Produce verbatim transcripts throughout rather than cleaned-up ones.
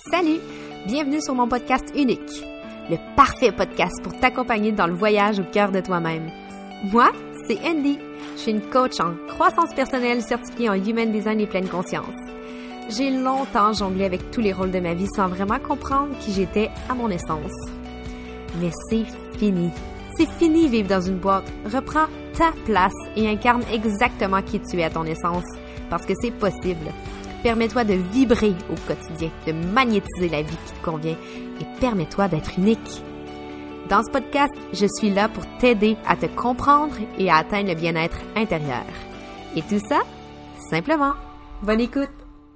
Salut! Bienvenue sur mon podcast unique, le parfait podcast pour t'accompagner dans le voyage au cœur de toi-même. Moi, c'est Andy. Je suis une coach en croissance personnelle certifiée en Human Design et pleine conscience. J'ai longtemps jonglé avec tous les rôles de ma vie sans vraiment comprendre qui j'étais à mon essence. Mais c'est fini. C'est fini vivre dans une boîte. Reprends ta place et incarne exactement qui tu es à ton essence, parce que c'est possible. Permets-toi de vibrer au quotidien, de magnétiser la vie qui te convient et permets-toi d'être unique. Dans ce podcast, je suis là pour t'aider à te comprendre et à atteindre le bien-être intérieur. Et tout ça, simplement. Bonne écoute!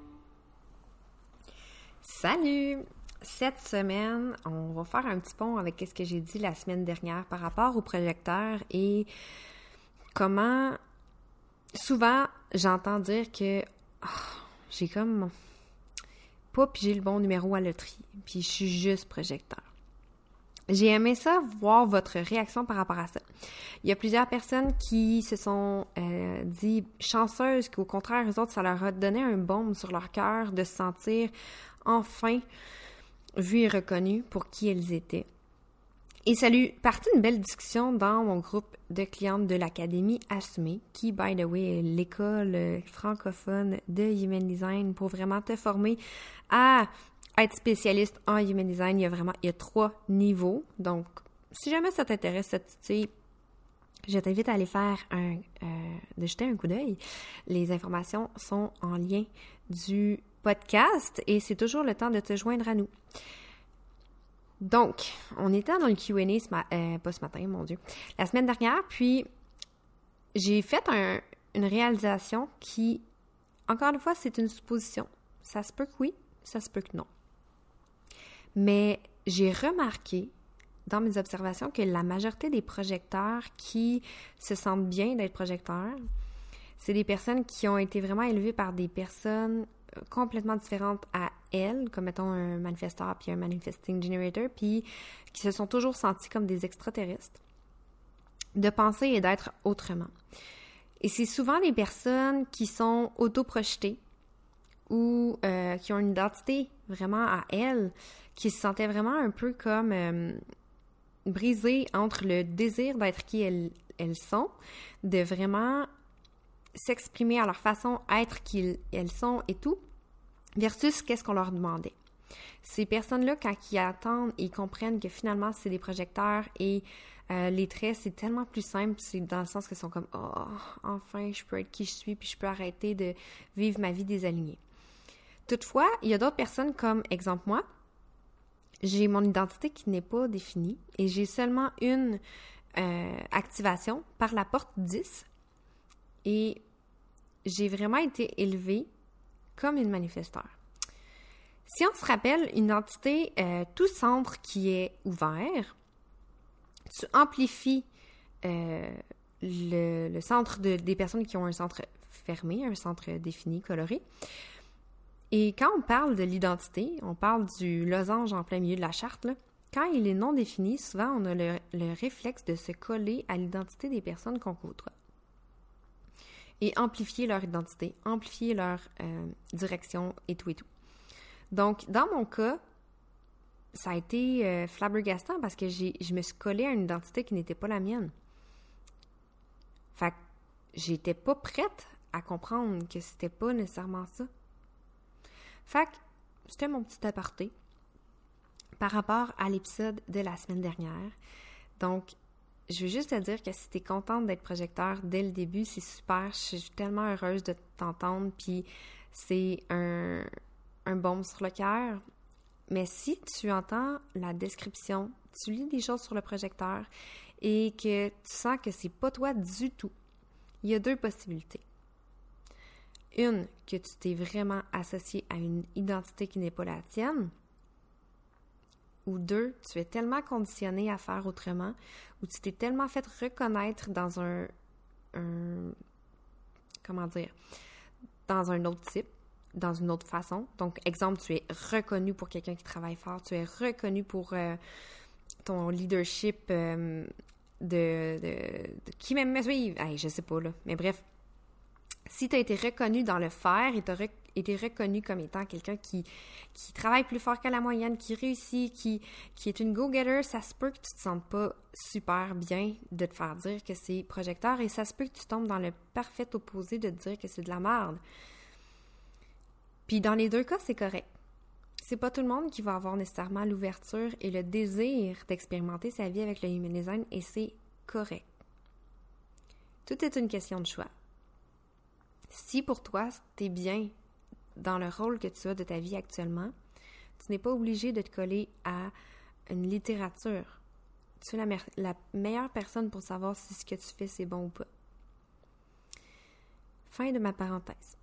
Salut! Cette semaine, on va faire un petit pont avec ce que j'ai dit la semaine dernière par rapport au projecteur et comment souvent j'entends dire que oh, j'ai comme pas pigé le bon numéro à la loterie, puis je suis juste projecteur. J'ai aimé ça, voir votre réaction par rapport à ça. Il y a plusieurs personnes qui se sont euh, dit chanceuses qu'au contraire, eux autres, ça leur a donné un baume sur leur cœur de se sentir enfin vus et reconnus pour qui elles étaient. Et ça lui partit une belle discussion dans mon groupe de clientes de l'Académie Assumée, qui, by the way, est l'école francophone de Human Design pour vraiment te former à être spécialiste en Human Design. Il y a vraiment, il y a trois niveaux. Donc, si jamais ça t'intéresse, ça, tu sais, je t'invite à aller faire un, euh, de jeter un coup d'œil. Les informations sont en lien du podcast et c'est toujours le temps de te joindre à nous. Donc, on était dans le Q and A, ce ma- euh, pas ce matin, mon Dieu, la semaine dernière, puis j'ai fait un, une réalisation qui, encore une fois, c'est une supposition. Ça se peut que oui, ça se peut que non. Mais j'ai remarqué dans mes observations que la majorité des projecteurs qui se sentent bien d'être projecteurs, c'est des personnes qui ont été vraiment élevées par des personnes complètement différentes à elles, comme mettons un manifesteur puis un manifesting generator, puis qui se sont toujours sentis comme des extraterrestres, de penser et d'être autrement. Et c'est souvent les personnes qui sont auto-projetées ou euh, qui ont une identité vraiment à elles, qui se sentaient vraiment un peu comme euh, brisées entre le désir d'être qui elles, elles sont, de vraiment s'exprimer à leur façon, être qui elles sont et tout, versus qu'est-ce qu'on leur demandait. Ces personnes-là, quand ils attendent et ils comprennent que finalement, c'est des projecteurs et euh, les traits, c'est tellement plus simple, c'est dans le sens qu'ils sont comme « Oh, enfin, je peux être qui je suis, puis je peux arrêter de vivre ma vie désalignée. » Toutefois, il y a d'autres personnes comme, exemple moi, j'ai mon identité qui n'est pas définie et j'ai seulement une euh, activation par la porte dix. Et j'ai vraiment été élevée comme une manifesteur. Si on se rappelle une entité, euh, tout centre qui est ouvert, tu amplifies euh, le, le centre de, des personnes qui ont un centre fermé, un centre défini, coloré. Et quand on parle de l'identité, on parle du losange en plein milieu de la charte, là. Quand il est non défini, souvent on a le, le réflexe de se coller à l'identité des personnes qu'on côtoie. Et amplifier leur identité, amplifier leur euh, direction et tout et tout. Donc, dans mon cas, ça a été euh, flabbergastant parce que j'ai, je me suis collée à une identité qui n'était pas la mienne. Fait que j'étais pas prête à comprendre que c'était pas nécessairement ça. Fait que c'était mon petit aparté par rapport à l'épisode de la semaine dernière. Donc, je veux juste te dire que si tu es contente d'être projecteur dès le début, c'est super. Je suis tellement heureuse de t'entendre, puis c'est un, un baume sur le cœur. Mais si tu entends la description, tu lis des choses sur le projecteur et que tu sens que c'est pas toi du tout, il y a deux possibilités. Une, que tu t'es vraiment associé à une identité qui n'est pas la tienne. Ou deux, tu es tellement conditionné à faire autrement, ou tu t'es tellement fait reconnaître dans un, un, comment dire, dans un autre type, dans une autre façon. Donc, exemple, tu es reconnu pour quelqu'un qui travaille fort, tu es reconnu pour euh, ton leadership euh, de, de, de qui m'aime me suivre. Hey, je sais pas, là. Mais bref, Si tu as été reconnu dans le faire et tu as re- été reconnu comme étant quelqu'un qui, qui travaille plus fort que la moyenne, qui réussit, qui, qui est une go-getter, ça se peut que tu te sentes pas super bien de te faire dire que c'est projecteur et ça se peut que tu tombes dans le parfait opposé de te dire que c'est de la merde. Puis dans les deux cas, c'est correct. C'est pas tout le monde qui va avoir nécessairement l'ouverture et le désir d'expérimenter sa vie avec le human design et c'est correct. Tout est une question de choix. Si pour toi, t'es bien dans le rôle que tu as de ta vie actuellement, tu n'es pas obligé de te coller à une littérature. Tu es la, me- la meilleure personne pour savoir si ce que tu fais, c'est bon ou pas. Fin de ma parenthèse.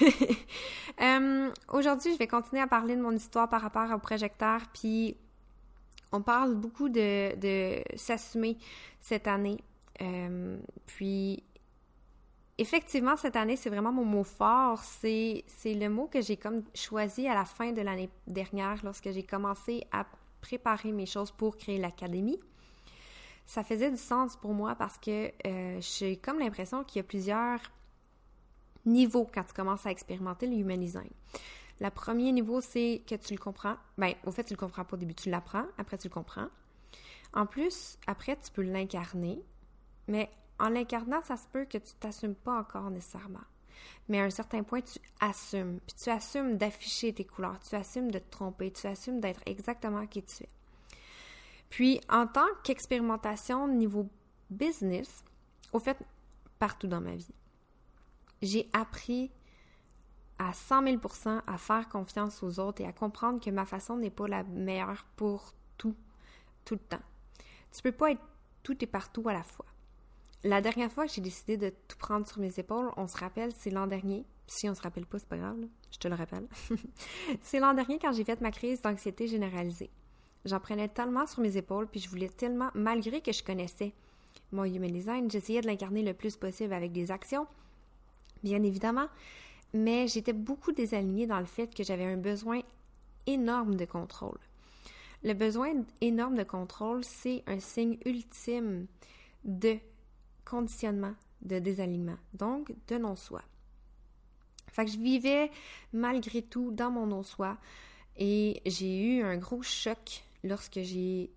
euh, aujourd'hui, je vais continuer à parler de mon histoire par rapport au projecteur, puis on parle beaucoup de, de s'assumer cette année. Euh, puis, effectivement, cette année, c'est vraiment mon mot fort. C'est, c'est le mot que j'ai comme choisi à la fin de l'année dernière lorsque j'ai commencé à préparer mes choses pour créer l'académie. Ça faisait du sens pour moi parce que euh, j'ai comme l'impression qu'il y a plusieurs niveaux quand tu commences à expérimenter le human design. Le premier niveau, c'est que tu le comprends. Bien, au fait, tu le comprends pas au début. Tu l'apprends, après tu le comprends. En plus, après, tu peux l'incarner. Mais en l'incarnant, ça se peut que tu t'assumes pas encore nécessairement. Mais à un certain point, tu assumes. Puis tu assumes d'afficher tes couleurs. Tu assumes de te tromper. Tu assumes d'être exactement qui tu es. Puis, en tant qu'expérimentation niveau business, au fait, partout dans ma vie, j'ai appris à cent mille pour cent à faire confiance aux autres et à comprendre que ma façon n'est pas la meilleure pour tout, tout le temps. Tu peux pas être tout et partout à la fois. La dernière fois que j'ai décidé de tout prendre sur mes épaules, on se rappelle, c'est l'an dernier. Si on se rappelle pas, c'est pas grave, là, je te le rappelle. C'est l'an dernier quand j'ai fait ma crise d'anxiété généralisée. J'en prenais tellement sur mes épaules, puis je voulais tellement, malgré que je connaissais mon human design, j'essayais de l'incarner le plus possible avec des actions, bien évidemment, mais j'étais beaucoup désalignée dans le fait que j'avais un besoin énorme de contrôle. Le besoin énorme de contrôle, c'est un signe ultime de conditionnement, de désalignement, donc de non-soi. Fait que je vivais malgré tout dans mon non-soi et j'ai eu un gros choc lorsque j'ai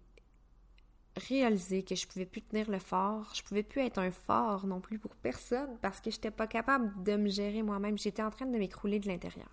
réalisé que je pouvais plus tenir le fort, je pouvais plus être un fort non plus pour personne parce que j'étais pas capable de me gérer moi-même, j'étais en train de m'écrouler de l'intérieur.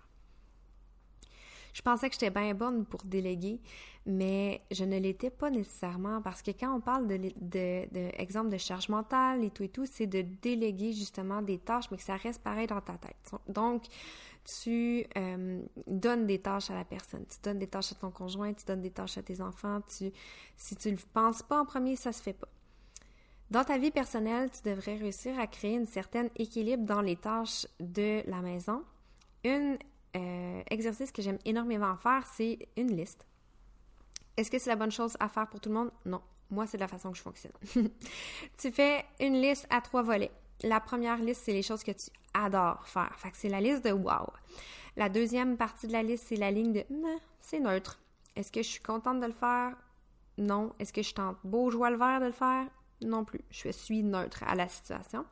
Je pensais que j'étais bien bonne pour déléguer, mais je ne l'étais pas nécessairement parce que quand on parle de, de, de exemple de charge mentale et tout et tout, c'est de déléguer justement des tâches, mais que ça reste pareil dans ta tête. Donc, tu euh, donnes des tâches à la personne, tu donnes des tâches à ton conjoint, tu donnes des tâches à tes enfants, tu, si tu ne le penses pas en premier, ça se fait pas. Dans ta vie personnelle, tu devrais réussir à créer un certain équilibre dans les tâches de la maison. Une Euh, exercice que j'aime énormément faire, c'est une liste. Est-ce que c'est la bonne chose à faire pour tout le monde? Non. Moi, c'est de la façon que je fonctionne. Tu fais une liste à trois volets. La première liste, c'est les choses que tu adores faire. Fait que c'est la liste de wow. La deuxième partie de la liste, c'est la ligne de non, c'est neutre. Est-ce que je suis contente de le faire? Non. Est-ce que je tente beau joie le vert de le faire? Non plus. Je suis neutre à la situation.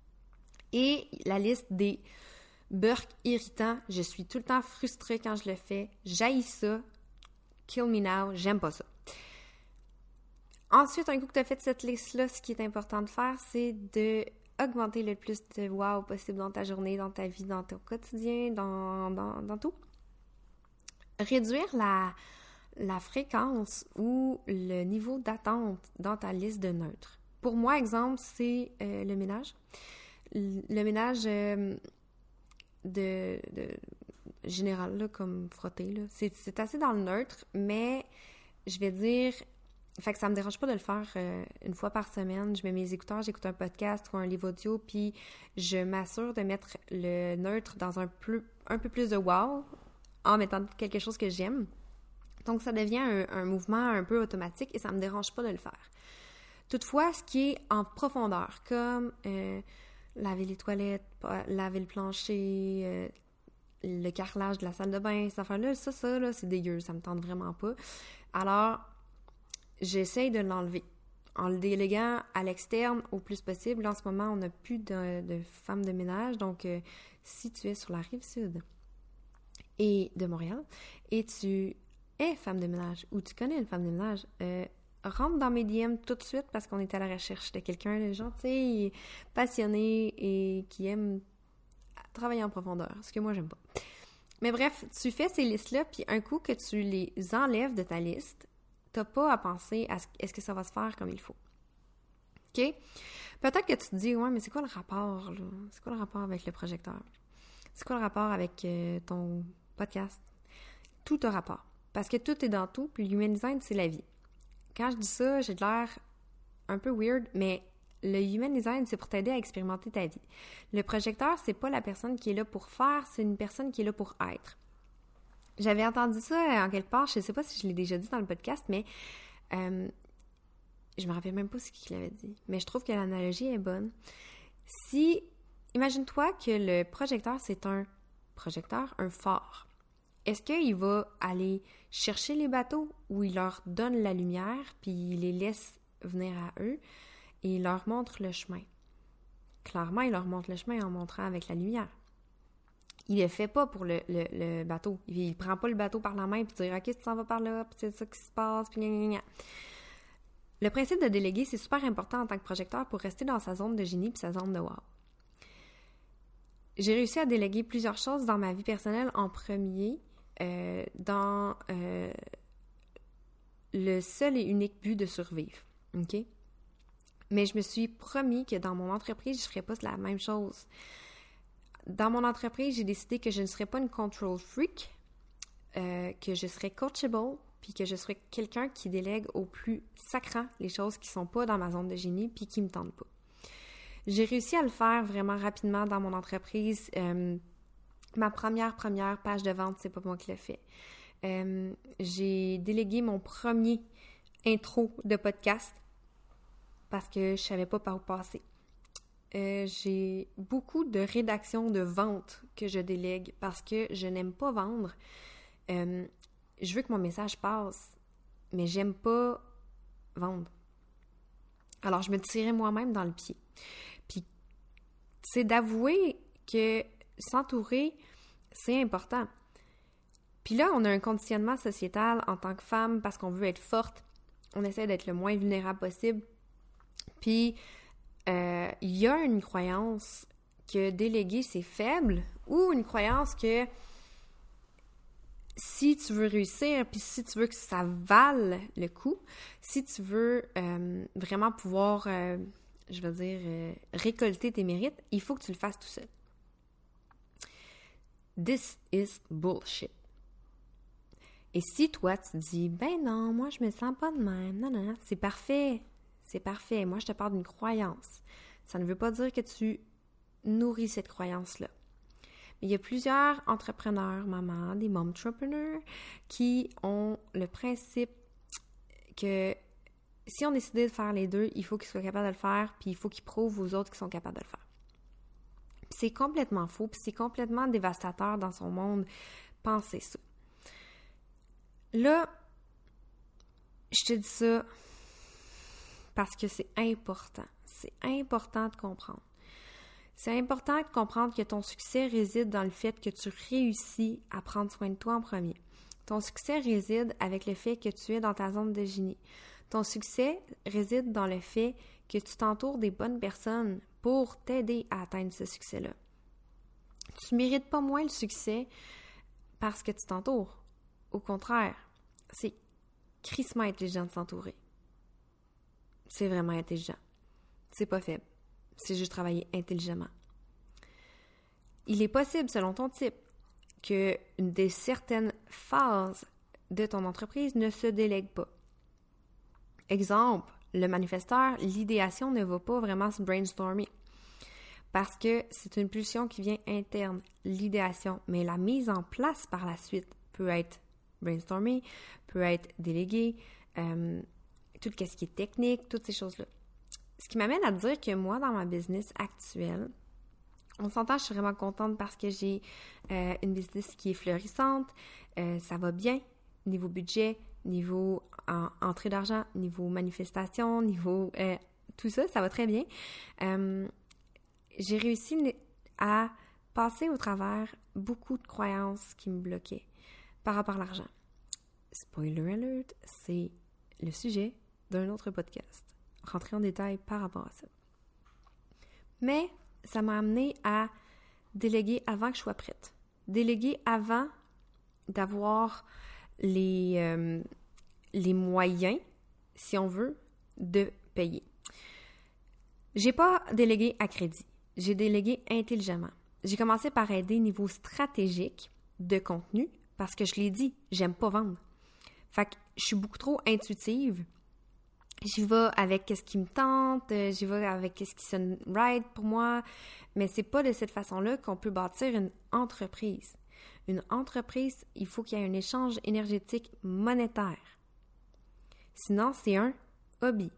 Et la liste des burk irritant, je suis tout le temps frustrée quand je le fais, j'haïs ça, kill me now, j'aime pas ça. Ensuite, un coup que tu as fait cette liste-là, ce qui est important de faire, c'est de augmenter le plus de wow possible dans ta journée, dans ta vie, dans ton quotidien, dans, dans, dans tout. Réduire la, la fréquence ou le niveau d'attente dans ta liste de neutres. Pour moi, exemple, c'est euh, le ménage. Le, le ménage... Euh, De, de général, là, comme frotter, là. C'est, c'est assez dans le neutre, mais je vais dire... Fait que ça me dérange pas de le faire euh, une fois par semaine. Je mets mes écouteurs, j'écoute un podcast ou un livre audio, puis je m'assure de mettre le neutre dans un peu, un peu plus de wow en mettant quelque chose que j'aime. Donc, ça devient un, un mouvement un peu automatique et ça me dérange pas de le faire. Toutefois, ce qui est en profondeur, comme... Euh, laver les toilettes, laver le plancher, euh, le carrelage de la salle de bain, cette affaire-là, ça, ça, là, c'est dégueu, ça me tente vraiment pas. Alors, j'essaye de l'enlever. en le déléguant à l'externe au plus possible. Là, en ce moment, on n'a plus de, de femmes de ménage. Donc, euh, si tu es sur la rive sud et de Montréal et tu es femme de ménage ou tu connais une femme de ménage, euh, rentre dans mes D M tout de suite parce qu'on est à la recherche de quelqu'un de gentil, passionné et qui aime travailler en profondeur, ce que moi, j'aime pas. Mais bref, tu fais ces listes-là, puis un coup que tu les enlèves de ta liste, t'as pas à penser à ce, est-ce que ça va se faire comme il faut. OK? Peut-être que tu te dis, ouais, mais c'est quoi le rapport, là? C'est quoi le rapport avec le projecteur? C'est quoi le rapport avec euh, ton podcast? Tout a rapport. Parce que tout est dans tout, puis l'human design, c'est la vie. Quand je dis ça, j'ai de l'air un peu weird, mais le human design, c'est pour t'aider à expérimenter ta vie. Le projecteur, c'est pas la personne qui est là pour faire, c'est une personne qui est là pour être. J'avais entendu ça en quelque part, je sais pas si je l'ai déjà dit dans le podcast, mais euh, je me rappelle même pas ce qu'il avait dit. Mais je trouve que l'analogie est bonne. Si, imagine-toi que le projecteur, c'est un projecteur, un phare. Est-ce qu'il va aller chercher les bateaux ou il leur donne la lumière puis il les laisse venir à eux et il leur montre le chemin? Clairement, il leur montre le chemin en montrant avec la lumière. Il ne le fait pas pour le, le, le bateau. Il ne prend pas le bateau par la main puis dire « OK, tu t'en vas par là, puis c'est ça qui se passe, puis gna gna gna. » Le principe de déléguer, c'est super important en tant que projecteur pour rester dans sa zone de génie puis sa zone de wow. J'ai réussi à déléguer plusieurs choses dans ma vie personnelle en premier, euh, dans euh, le seul et unique but de survivre. OK? Mais je me suis promis que dans mon entreprise, je ne ferais pas la même chose. Dans mon entreprise, j'ai décidé que je ne serais pas une control freak, euh, que je serais coachable, puis que je serais quelqu'un qui délègue au plus sacrant les choses qui ne sont pas dans ma zone de génie puis qui ne me tentent pas. J'ai réussi à le faire vraiment rapidement dans mon entreprise. Euh, ma première, première page de vente, c'est pas moi qui l'ai fait. Euh, j'ai délégué mon premier intro de podcast parce que je savais pas par où passer. Euh, j'ai beaucoup de rédaction de vente que je délègue parce que je n'aime pas vendre. Euh, je veux que mon message passe, mais j'aime pas vendre. Alors, je me tirais moi-même dans le pied. Puis, c'est d'avouer que s'entourer, c'est important. Puis là, on a un conditionnement sociétal en tant que femme parce qu'on veut être forte. On essaie d'être le moins vulnérable possible. Puis, euh, il y a une croyance que déléguer, c'est faible ou une croyance que si tu veux réussir, puis si tu veux que ça vale le coup, si tu veux euh, vraiment pouvoir, euh, je veux dire, euh, récolter tes mérites, il faut que tu le fasses tout seul. This is bullshit. Et si toi, tu dis, ben non, moi, je me sens pas de même, non, non, non, c'est parfait, c'est parfait, moi, je te parle d'une croyance. Ça ne veut pas dire que tu nourris cette croyance-là. Mais il y a plusieurs entrepreneurs, mamans, des momtrepreneurs, qui ont le principe que si on décide de faire les deux, il faut qu'ils soient capables de le faire, puis il faut qu'ils prouvent aux autres qu'ils sont capables de le faire. Puis c'est complètement faux, puis c'est complètement dévastateur dans son monde, penser ça. Là, je te dis ça parce que c'est important. C'est important de comprendre. C'est important de comprendre que ton succès réside dans le fait que tu réussis à prendre soin de toi en premier. Ton succès réside avec le fait que tu es dans ta zone de génie. Ton succès réside dans le fait que tu t'entoures des bonnes personnes pour t'aider à atteindre ce succès-là. Tu ne mérites pas moins le succès parce que tu t'entoures. Au contraire, c'est crissement intelligent de s'entourer. C'est vraiment intelligent. C'est pas faible. C'est juste travailler intelligemment. Il est possible, selon ton type, que des certaines phases de ton entreprise ne se délèguent pas. Exemple, le manifesteur, l'idéation ne va pas vraiment se brainstormer parce que c'est une pulsion qui vient interne, l'idéation. Mais la mise en place par la suite peut être brainstormée, peut être déléguée, euh, tout ce qui est technique, toutes ces choses-là. Ce qui m'amène à dire que moi, dans ma business actuelle, on s'entend, je suis vraiment contente parce que j'ai euh, une business qui est florissante, euh, ça va bien, niveau budget, niveau en, entrée d'argent, niveau manifestation, niveau euh, tout ça, ça va très bien. Euh, j'ai réussi à passer au travers beaucoup de croyances qui me bloquaient par rapport à l'argent. Spoiler alert, c'est le sujet d'un autre podcast. Rentrer en détail par rapport à ça. Mais ça m'a amené à déléguer avant que je sois prête. Déléguer avant d'avoir les, euh, les moyens, si on veut, de payer. J'ai pas délégué à crédit. J'ai délégué intelligemment. J'ai commencé par aider niveau stratégique de contenu parce que je l'ai dit, j'aime pas vendre. Fait que je suis beaucoup trop intuitive. J'y vais avec ce qui me tente, j'y vais avec ce qui sonne right pour moi, mais c'est pas de cette façon-là qu'on peut bâtir une entreprise. Une entreprise, il faut qu'il y ait un échange énergétique monétaire. Sinon, c'est un hobby.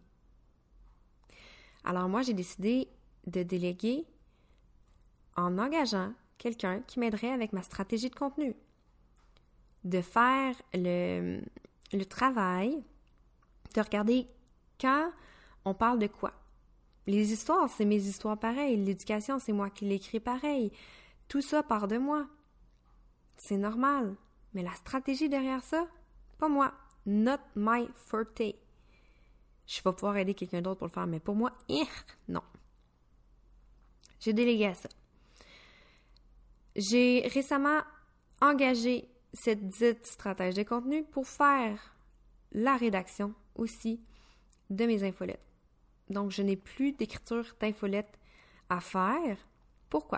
Alors moi, j'ai décidé de déléguer en engageant quelqu'un qui m'aiderait avec ma stratégie de contenu. De faire le, le travail, de regarder quand on parle de quoi. Les histoires, c'est mes histoires pareilles. L'éducation, c'est moi qui l'écris pareil. Tout ça part de moi. C'est normal. Mais la stratégie derrière ça, pas moi. Not my forte. Je vais pouvoir aider quelqu'un d'autre pour le faire, mais pour moi, non. J'ai délégué à ça. J'ai récemment engagé cette dite stratège de contenu pour faire la rédaction aussi de mes infolettes. Donc, je n'ai plus d'écriture d'infolettes à faire. Pourquoi?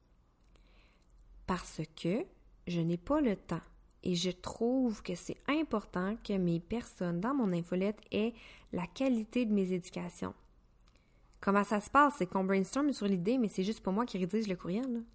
Parce que je n'ai pas le temps et je trouve que c'est important que mes personnes dans mon infolette aient la qualité de mes éducations. Comment ça se passe? C'est qu'on brainstorm sur l'idée, mais c'est juste pas moi qui rédige le courriel, là.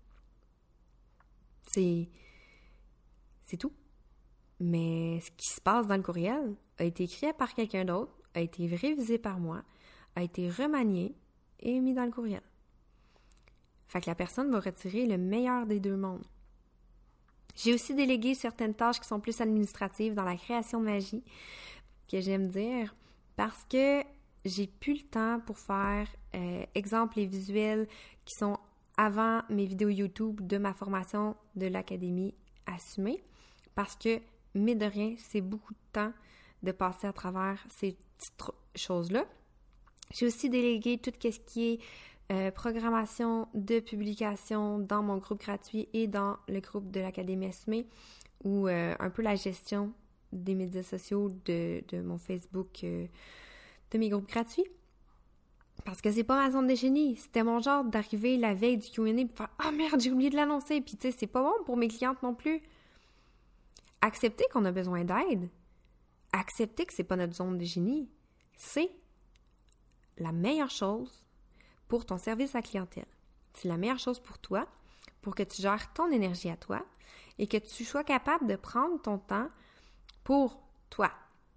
C'est... C'est tout. Mais ce qui se passe dans le courriel a été écrit par quelqu'un d'autre, a été révisé par moi, a été remanié et mis dans le courriel. Fait que la personne va retirer le meilleur des deux mondes. J'ai aussi délégué certaines tâches qui sont plus administratives dans la création de magie, que j'aime dire, parce que j'ai plus le temps pour faire, euh, exemple, les visuels qui sont avant mes vidéos YouTube de ma formation de l'Académie Assumée, parce que, mais de rien, c'est beaucoup de temps de passer à travers ces petites choses-là. J'ai aussi délégué tout ce qui est euh, programmation de publication dans mon groupe gratuit et dans le groupe de l'Académie Assumée, ou euh, un peu la gestion des médias sociaux de, de mon Facebook, euh, de mes groupes gratuits. Parce que c'est pas ma zone de génie. C'était mon genre d'arriver la veille du Q and A et faire « Ah merde, j'ai oublié de l'annoncer! » Puis tu sais, c'est pas bon pour mes clientes non plus. Accepter qu'on a besoin d'aide, accepter que c'est pas notre zone de génie, c'est la meilleure chose pour ton service à la clientèle. C'est la meilleure chose pour toi, pour que tu gères ton énergie à toi et que tu sois capable de prendre ton temps pour toi.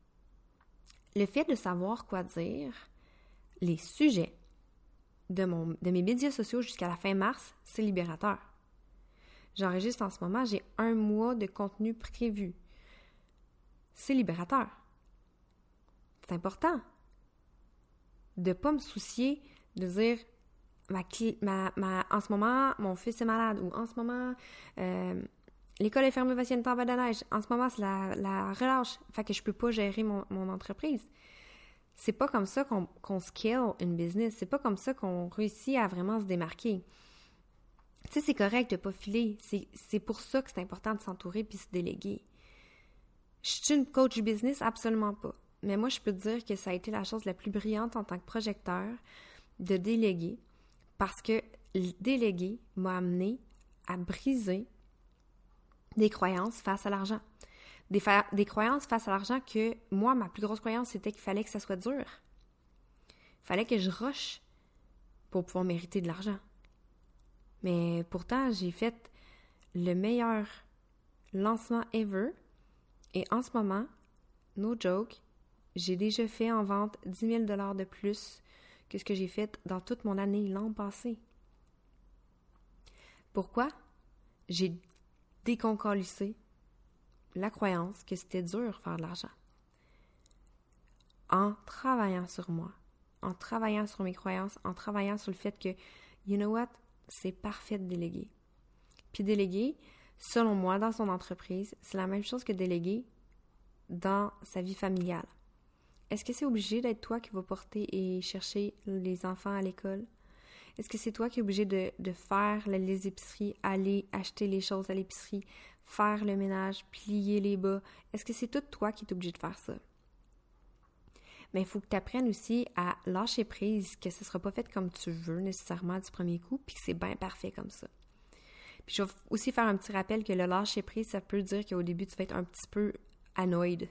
Le fait de savoir quoi dire, les sujets de, mon, de mes médias sociaux jusqu'à la fin mars, c'est libérateur. J'enregistre en ce moment, j'ai un mois de contenu prévu. C'est libérateur. C'est important de ne pas me soucier de dire ma, ma, ma, en ce moment, mon fils est malade ou en ce moment, euh, l'école est fermée parce qu'il y a une tempête de neige. En ce moment, c'est la, la relâche. Fait que je ne peux pas gérer mon, mon entreprise. C'est pas comme ça qu'on, qu'on scale une business. C'est pas comme ça qu'on réussit à vraiment se démarquer. Tu sais, c'est correct de pas filer. C'est, c'est pour ça que c'est important de s'entourer puis se déléguer. Je suis une coach business? Absolument pas. Mais moi, je peux te dire que ça a été la chose la plus brillante en tant que projecteur de déléguer parce que déléguer m'a amené à briser des croyances face à l'argent. Des, fa- des croyances face à l'argent que moi, ma plus grosse croyance, c'était qu'il fallait que ça soit dur. Il fallait que je rush pour pouvoir mériter de l'argent. Mais pourtant, j'ai fait le meilleur lancement ever. Et en ce moment, no joke, j'ai déjà fait en vente dix mille dollars de plus que ce que j'ai fait dans toute mon année l'an passé. Pourquoi? J'ai déconcolissé la croyance que c'était dur faire de l'argent. En travaillant sur moi, en travaillant sur mes croyances, en travaillant sur le fait que, you know what, c'est parfait de déléguer. Puis déléguer, selon moi, dans son entreprise, c'est la même chose que déléguer dans sa vie familiale. Est-ce que c'est obligé d'être toi qui va porter et chercher les enfants à l'école? Est-ce que c'est toi qui es obligé de, de faire les épiceries, aller acheter les choses à l'épicerie, faire le ménage, plier les bas? Est-ce que c'est tout toi qui es obligé de faire ça? Mais il faut que tu apprennes aussi à lâcher prise, que ce ne sera pas fait comme tu veux nécessairement du premier coup, puis que c'est bien parfait comme ça. Puis je vais aussi faire un petit rappel que le lâcher prise, ça peut dire qu'au début, tu vas être un petit peu annoyed.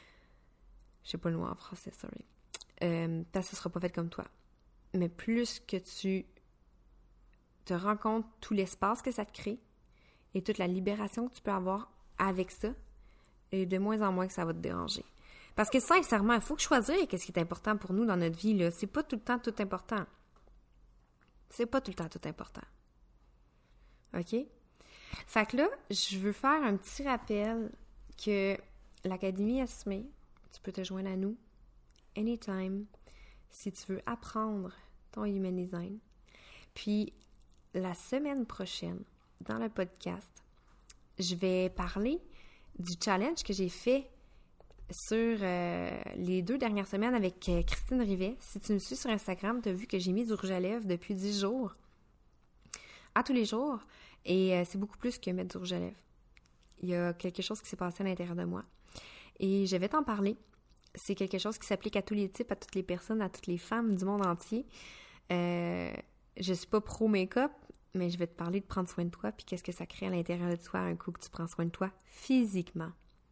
Je sais pas le mot en français, sorry. Euh, parce que ce sera pas fait comme toi. Mais plus que tu te rends compte tout l'espace que ça te crée et toute la libération que tu peux avoir avec ça, et de moins en moins que ça va te déranger. Parce que sincèrement, il faut choisir qu'est-ce qui est important pour nous dans notre vie, là. C'est pas tout le temps tout important. C'est pas tout le temps tout important. OK? Fait que là, je veux faire un petit rappel que l'Académie Assumée, tu peux te joindre à nous anytime si tu veux apprendre ton Human Design. Puis, la semaine prochaine, dans le podcast, je vais parler du challenge que j'ai fait sur euh, les deux dernières semaines avec euh, Christine Rivet. Si tu me suis sur Instagram, tu as vu que j'ai mis du rouge à lèvres depuis dix jours, à tous les jours, et euh, c'est beaucoup plus que mettre du rouge à lèvres. Il y a quelque chose qui s'est passé à l'intérieur de moi. Et je vais t'en parler. C'est quelque chose qui s'applique à tous les types, à toutes les personnes, à toutes les femmes du monde entier. Euh, je suis pas pro-make-up, mais je vais te parler de prendre soin de toi, puis qu'est-ce que ça crée à l'intérieur de toi un coup que tu prends soin de toi physiquement.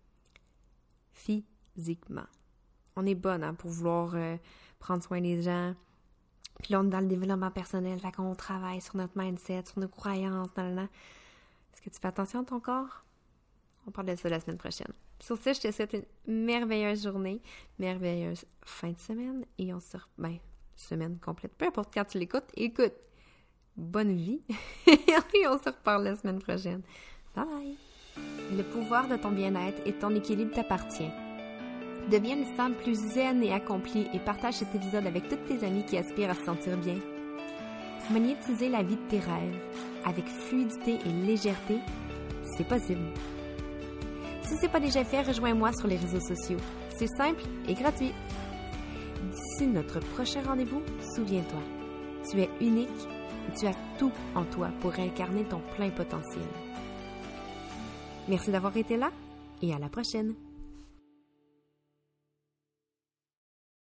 Physiquement. On est bonne hein, pour vouloir euh, prendre soin des gens. Puis là, on est dans le développement personnel, fait qu'on travaille sur notre mindset, sur nos croyances, nan, nan. Est-ce que tu fais attention à ton corps? On parle de ça la semaine prochaine. Sur ce, je te souhaite une merveilleuse journée, merveilleuse fin de semaine, et on se... Ben, semaine complète, peu importe quand tu l'écoutes, écoute, bonne vie, et on se reparle la semaine prochaine. Bye bye! Le pouvoir de ton bien-être et ton équilibre t'appartient. Deviens une femme plus zen et accomplie et partage cet épisode avec toutes tes amies qui aspirent à se sentir bien. Magnétiser la vie de tes rêves avec fluidité et légèreté, c'est possible. Si ce n'est pas déjà fait, rejoins-moi sur les réseaux sociaux. C'est simple et gratuit. D'ici notre prochain rendez-vous, souviens-toi, tu es unique et tu as tout en toi pour incarner ton plein potentiel. Merci d'avoir été là et à la prochaine.